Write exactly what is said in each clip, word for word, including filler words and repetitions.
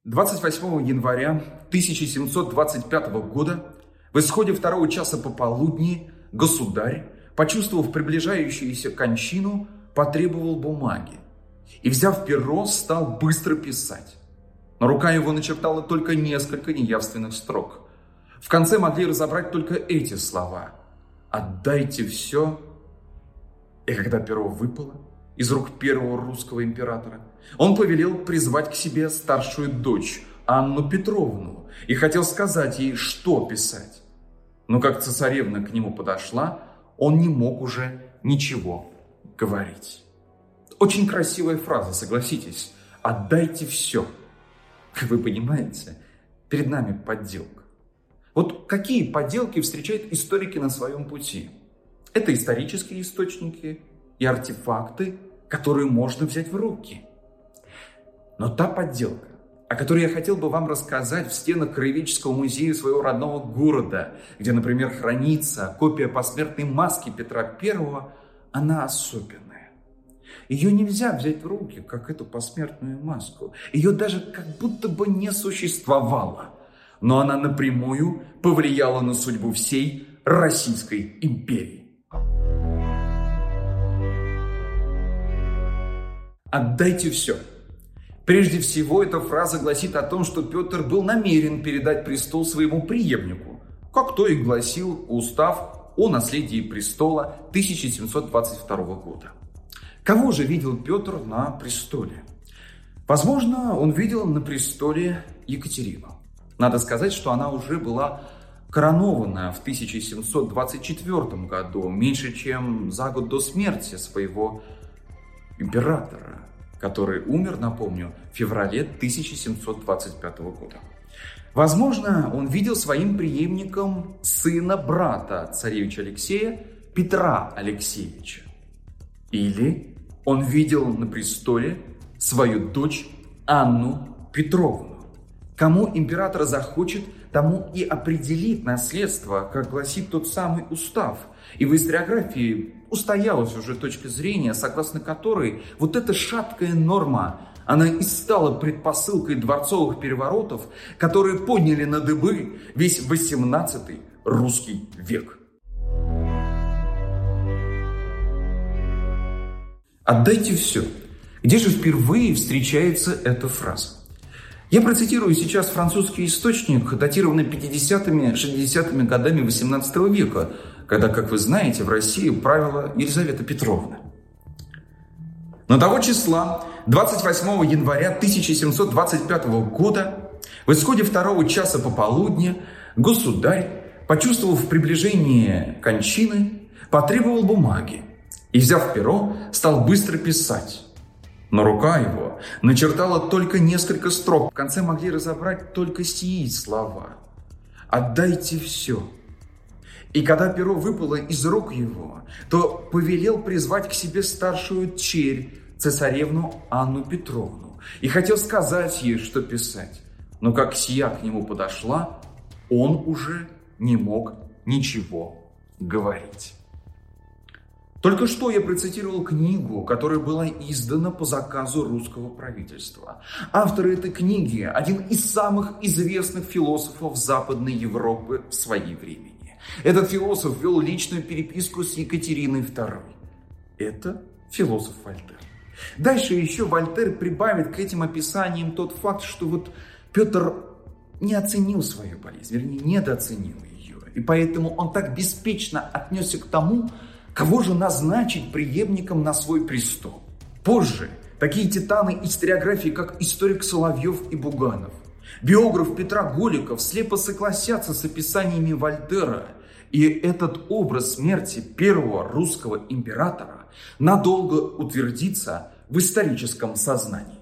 двадцать восьмого января тысяча семьсот двадцать пятого года в исходе второго часа пополудни государь, почувствовав приближающуюся кончину, потребовал бумаги и, взяв перо, стал быстро писать. Но рука его начертала только несколько неявственных строк. В конце могли разобрать только эти слова: «Отдайте все». И когда перо выпало из рук первого русского императора, он повелел призвать к себе старшую дочь Анну Петровну и хотел сказать ей, что писать. Но как цесаревна к нему подошла, он не мог уже ничего говорить. Очень красивая фраза, согласитесь. «Отдайте все». Как вы понимаете, перед нами подделка. Вот какие подделки встречают историки на своем пути? Это исторические источники и артефакты, которые можно взять в руки. Но та подделка, о которой я хотел бы вам рассказать в стенах Краеведческого музея своего родного города, где, например, хранится копия посмертной маски Петра Первого, она особенная. Ее нельзя взять в руки, как эту посмертную маску. Ее даже как будто бы не существовало. Но она напрямую повлияла на судьбу всей Российской империи. «Отдайте все». Прежде всего, эта фраза гласит о том, что Петр был намерен передать престол своему преемнику, как то и гласил устав о наследии престола тысяча семьсот двадцать второго года. Кого же видел Петр на престоле? Возможно, он видел на престоле Екатерину. Надо сказать, что она уже была коронована в тысяча семьсот двадцать четвёртом году, меньше чем за год до смерти своего императора, который умер, напомню, в феврале тысяча семьсот двадцать пятого года. Возможно, он видел своим преемником сына брата царевича Алексея, Петра Алексеевича. Или он видел на престоле свою дочь Анну Петровну. Кому император захочет, тому и определит наследство, как гласит тот самый устав. И в историографии устоялась уже точка зрения, согласно которой вот эта шаткая норма, она и стала предпосылкой дворцовых переворотов, которые подняли на дыбы весь восемнадцатый русский век. «Отдайте все». Где же впервые встречается эта фраза? Я процитирую сейчас французский источник, датированный пятидесятыми-шестидесятыми годами восемнадцатого века, когда, как вы знаете, в России правила Елизавета Петровна. Но того числа, двадцать восьмого января тысяча семьсот двадцать пятого года, в исходе второго часа пополудни, государь, почувствовав приближение кончины, потребовал бумаги и, взяв перо, стал быстро писать. Но рука его начертала только несколько строк. В конце могли разобрать только сии слова: «Отдайте все». И когда перо выпало из рук его, то повелел призвать к себе старшую черь, цесаревну Анну Петровну, и хотел сказать ей, что писать. Но как сия к нему подошла, он уже не мог ничего говорить. Только что я процитировал книгу, которая была издана по заказу русского правительства. Автор этой книги – один из самых известных философов Западной Европы в свои времени. Этот философ вел личную переписку с Екатериной Второй. Это философ Вольтер. Дальше еще Вольтер прибавит к этим описаниям тот факт, что вот Петр не оценил свою болезнь, вернее, недооценил ее. И поэтому он так беспечно отнесся к тому, кого же назначить преемником на свой престол. Позже такие титаны историографии, как историк Соловьев и Буганов, биограф Петра Голиков, слепо согласятся с описаниями Вольтера, и этот образ смерти первого русского императора надолго утвердится в историческом сознании.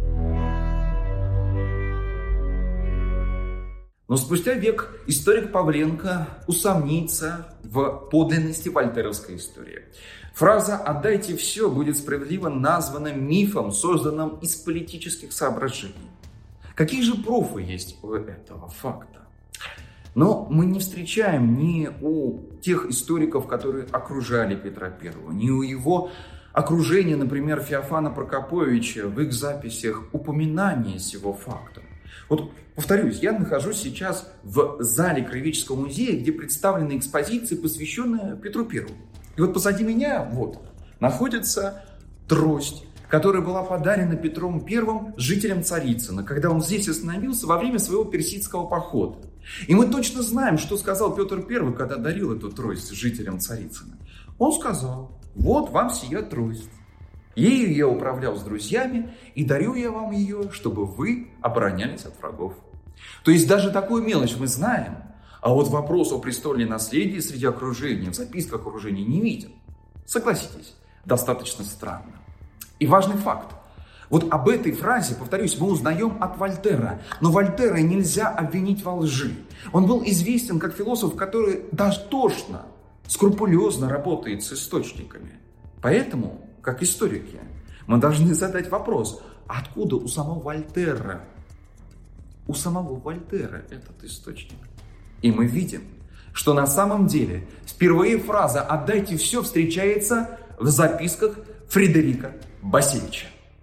Но спустя век историк Павленко усомнится в подлинности вольтеровской истории. Фраза «отдайте все» будет справедливо названа мифом, созданным из политических соображений. Какие же профы есть у этого факта? Но мы не встречаем ни у тех историков, которые окружали Петра Первого, ни у его окружения, например, Феофана Прокоповича, в их записях упоминания сего факта. Вот повторюсь, я нахожусь сейчас в зале Краеведческого музея, где представлены экспозиции, посвященные Петру Первому. И вот позади меня вот находится трость, которая была подарена Петром Первым жителям Царицына, когда он здесь остановился во время своего персидского похода. И мы точно знаем, что сказал Петр Первый, когда дарил эту трость жителям Царицына. Он сказал: вот вам сия трость. Ею я управлял с друзьями, и дарю я вам ее, чтобы вы оборонялись от врагов. То есть даже такую мелочь мы знаем, а вот вопрос о престольной наследии среди окружения, в записках окружения не виден. Согласитесь, достаточно странно. И важный факт. Вот об этой фразе, повторюсь, мы узнаем от Вольтера. Но Вольтера нельзя обвинить во лжи. Он был известен как философ, который дотошно, скрупулезно работает с источниками. Поэтому, как историки, мы должны задать вопрос, откуда у самого Вольтера, у самого Вольтера этот источник? И мы видим, что на самом деле впервые фраза «отдайте все» встречается в записках Фредерика Басевича.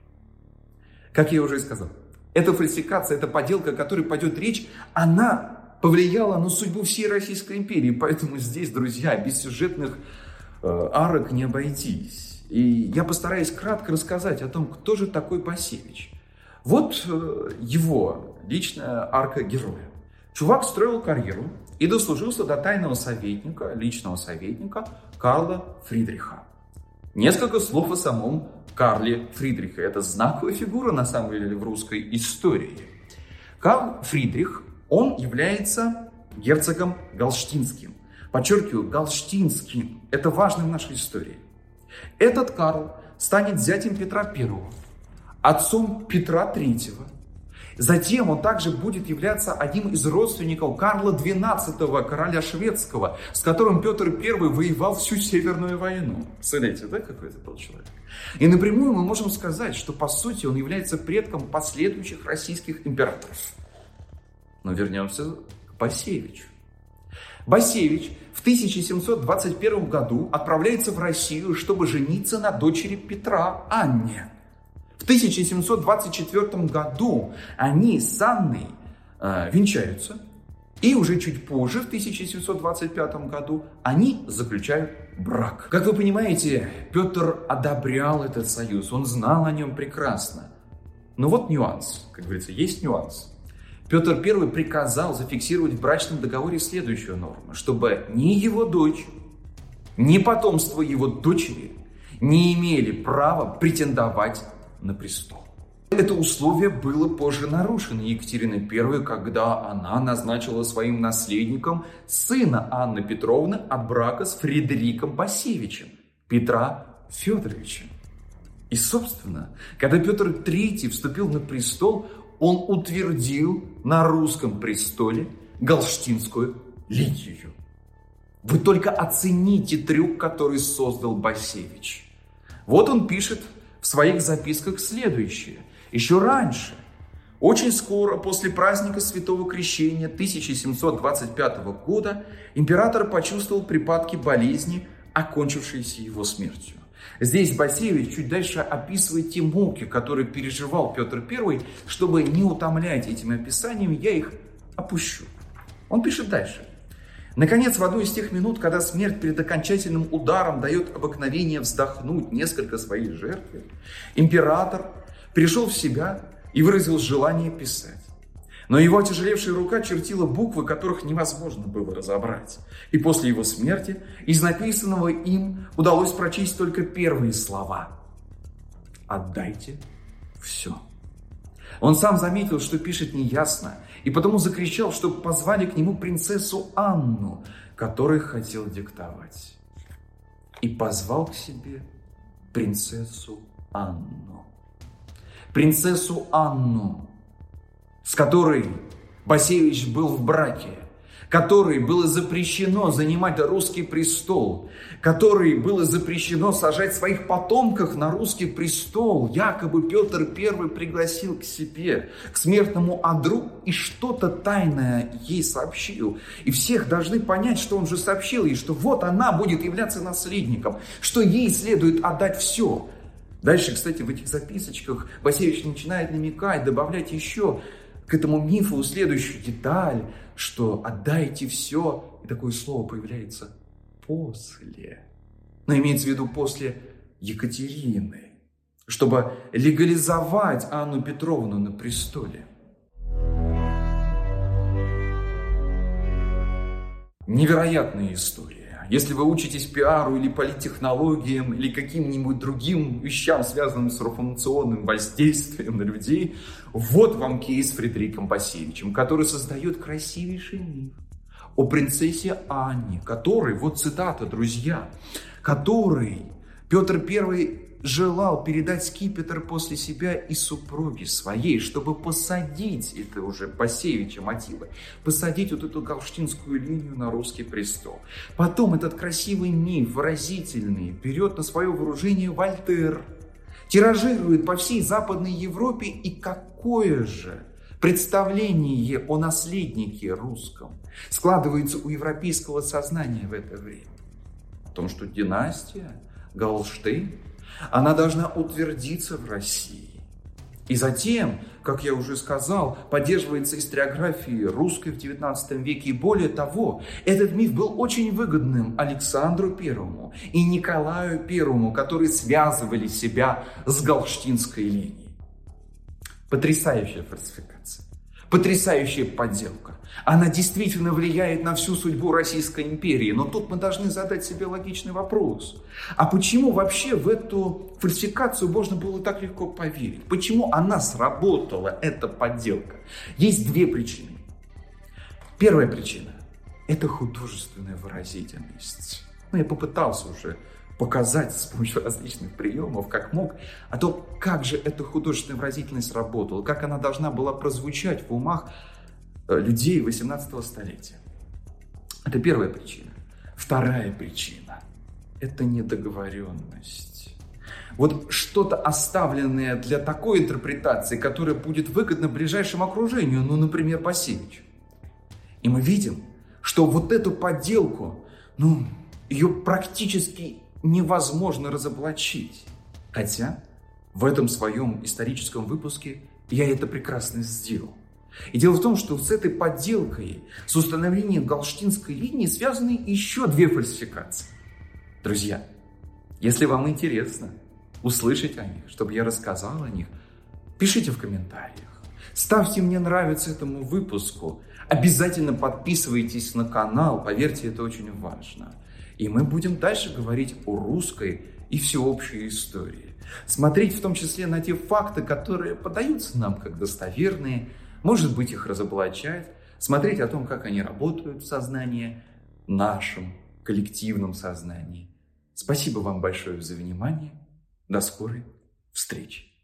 Как я уже и сказал, эта фальсификация, эта подделка, о которой пойдет речь, она повлияла на судьбу всей Российской империи. Поэтому здесь, друзья, без сюжетных э, арок не обойтись. И я постараюсь кратко рассказать о том, кто же такой Басевич. Вот э, его личная арка героя. Чувак строил карьеру и дослужился до тайного советника, личного советника Карла Фридриха. Несколько слов о самом Карле Фридрихе. Это знаковая фигура, на самом деле, в русской истории. Карл Фридрих, он является герцогом Галштинским. Подчеркиваю, Галштинским. Это важно в нашей истории. Этот Карл станет зятем Петра Первого, отцом Петра Третьего. Затем он также будет являться одним из родственников Карла Двенадцатого, короля шведского, с которым Петр Первый воевал всю Северную войну. Представляете, да, какой это был человек? И напрямую мы можем сказать, что по сути он является предком последующих российских императоров. Но вернемся к Басевичу. Басевич в тысяча семьсот двадцать первом году отправляется в Россию, чтобы жениться на дочери Петра, Анне. В тысяча семьсот двадцать четвёртом году они с Анной э, венчаются, и уже чуть позже, в тысяча семьсот двадцать пятом году, они заключают брак. Как вы понимаете, Петр одобрял этот союз, он знал о нем прекрасно. Но вот нюанс, как говорится, есть нюанс. Петр Первый приказал зафиксировать в брачном договоре следующую норму, чтобы ни его дочь, ни потомство его дочери не имели права претендовать на престол. Это условие было позже нарушено Екатериной Первой, когда она назначила своим наследником сына Анны Петровны от брака с Фредериком Басевичем, Петра Федоровича. И, собственно, когда Петр Третий вступил на престол, он утвердил на русском престоле галштинскую линию. Вы только оцените трюк, который создал Басевич. Вот он пишет в своих записках следующее. Еще раньше, очень скоро после праздника Святого Крещения тысяча семьсот двадцать пятого года, император почувствовал припадки болезни, окончившиеся его смертью. Здесь Басевич чуть дальше описывает те муки, которые переживал Петр Первый. Чтобы не утомлять этими описаниями, я их опущу. Он пишет дальше. Наконец, в одну из тех минут, когда смерть перед окончательным ударом дает обыкновение вздохнуть несколько своей жертвы, император пришел в себя и выразил желание писать. Но его отяжелевшая рука чертила буквы, которых невозможно было разобрать. И после его смерти из написанного им удалось прочесть только первые слова. «Отдайте все». Он сам заметил, что пишет неясно, и потому закричал, чтобы позвали к нему принцессу Анну, которой хотел диктовать. И позвал к себе принцессу Анну. Принцессу Анну, с которой Басевич был в браке, которой было запрещено занимать русский престол, которой было запрещено сажать своих потомков на русский престол. Якобы Петр Первый пригласил к себе, к смертному одру, и что-то тайное ей сообщил. И всех должны понять, что он же сообщил ей, что вот она будет являться наследником, что ей следует отдать все. Дальше, кстати, в этих записочках Басевич начинает намекать, добавлять еще к этому мифу следующую деталь, что отдайте все, и такое слово появляется после. Но имеется в виду после Екатерины, чтобы легализовать Анну Петровну на престоле. Невероятная история. Если вы учитесь пиару или политтехнологиям, или каким-нибудь другим вещам, связанным с информационным воздействием на людей, вот вам кейс с Фредериком Басевичем, который создает красивейший миф о принцессе Анне, который, вот цитата, друзья, который Петр Первый желал передать скипетр после себя и супруге своей, чтобы посадить, это уже Басевича мотивы, посадить вот эту галштинскую линию на русский престол. Потом этот красивый миф, выразительный, берет на свое вооружение Вольтер, тиражирует по всей Западной Европе, и какое же представление о наследнике русском складывается у европейского сознания в это время? О том, что династия Галштейн, она должна утвердиться в России. И затем, как я уже сказал, поддерживается историографией русской в девятнадцатом веке. И более того, этот миф был очень выгодным Александру Первому и Николаю Первому, которые связывали себя с галштинской линией. Потрясающая фальсификация, потрясающая подделка. Она действительно влияет на всю судьбу Российской империи. Но тут мы должны задать себе логичный вопрос. А почему вообще в эту фальсификацию можно было так легко поверить? Почему она сработала, эта подделка? Есть две причины. Первая причина – это художественная выразительность. Ну, я попытался уже показать с помощью различных приемов, как мог, о том, как же эта художественная выразительность работала, как она должна была прозвучать в умах людей восемнадцатого столетия. Это первая причина. Вторая причина – это недоговоренность. Вот что-то оставленное для такой интерпретации, которая будет выгодна ближайшему окружению, ну, например, Басевичу. И мы видим, что вот эту подделку, ну, ее практически невозможно разоблачить. Хотя в этом своем историческом выпуске я это прекрасно сделал. И дело в том, что с этой подделкой, с установлением галштинской линии связаны еще две фальсификации. Друзья, если вам интересно услышать о них, чтобы я рассказал о них, пишите в комментариях, ставьте мне нравится этому выпуску, обязательно подписывайтесь на канал, поверьте, это очень важно. И мы будем дальше говорить о русской и всеобщей истории. Смотреть в том числе на те факты, которые подаются нам как достоверные, может быть, их разоблачать, смотреть о том, как они работают в сознании, нашем коллективном сознании. Спасибо вам большое за внимание. До скорой встречи.